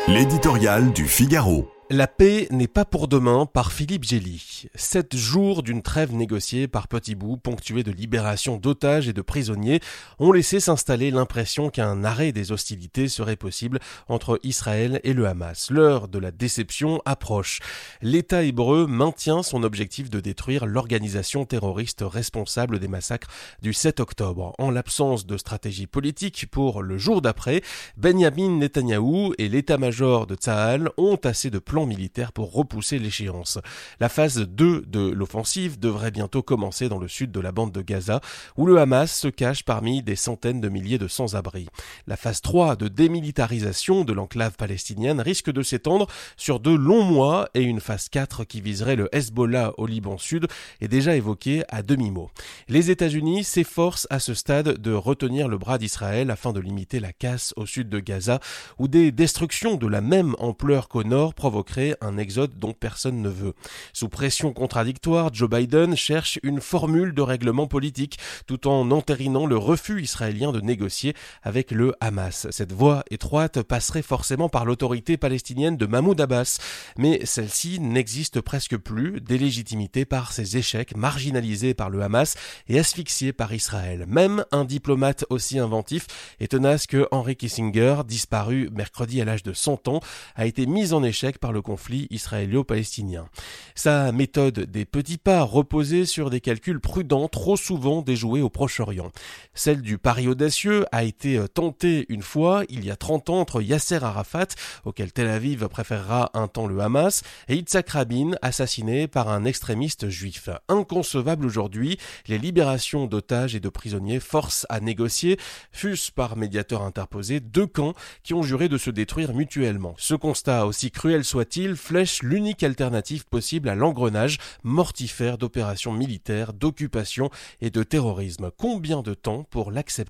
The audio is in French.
L'éditorial du Figaro. La paix n'est pas pour demain par Philippe Gély. 7 jours d'une trêve négociée par petits bouts, ponctuée de libération d'otages et de prisonniers, ont laissé s'installer l'impression qu'un arrêt des hostilités serait possible entre Israël et le Hamas. L'heure de la déception approche. L'État hébreu maintient son objectif de détruire l'organisation terroriste responsable des massacres du 7 octobre. En l'absence de stratégie politique pour le jour d'après, Benyamin Netanyahou et l'état-major de Tsahal ont assez de plans militaire pour repousser l'échéance. La phase 2 de l'offensive devrait bientôt commencer dans le sud de la bande de Gaza, où le Hamas se cache parmi des centaines de milliers de sans-abri. La phase 3 de démilitarisation de l'enclave palestinienne risque de s'étendre sur de longs mois et une phase 4 qui viserait le Hezbollah au Liban Sud est déjà évoquée à demi-mot. Les États-Unis s'efforcent à ce stade de retenir le bras d'Israël afin de limiter la casse au sud de Gaza, où des destructions de la même ampleur qu'au nord provoqueraient un exode dont personne ne veut. Sous pression contradictoire, Joe Biden cherche une formule de règlement politique tout en entérinant le refus israélien de négocier avec le Hamas. Cette voie étroite passerait forcément par l'autorité palestinienne de Mahmoud Abbas, mais celle-ci n'existe presque plus, délégitimée par ses échecs, marginalisée par le Hamas et asphyxiée par Israël. Même un diplomate aussi inventif et tenace que Henry Kissinger, disparu mercredi à l'âge de 100 ans, a été mis en échec par le conflit israélo-palestinien. Sa méthode des petits pas reposait sur des calculs prudents trop souvent déjoués au Proche-Orient. Celle du pari audacieux a été tentée une fois, il y a 30 ans, entre Yasser Arafat, auquel Tel Aviv préférera un temps le Hamas, et Yitzhak Rabin, assassiné par un extrémiste juif. Inconcevable aujourd'hui, les libérations d'otages et de prisonniers forcent à négocier, fût-ce par médiateurs interposés, deux camps qui ont juré de se détruire mutuellement. Ce constat, aussi cruel soit-il, flèche l'unique alternative possible à l'engrenage mortifère d'opérations militaires, d'occupation et de terrorisme. Combien de temps pour l'accepter ?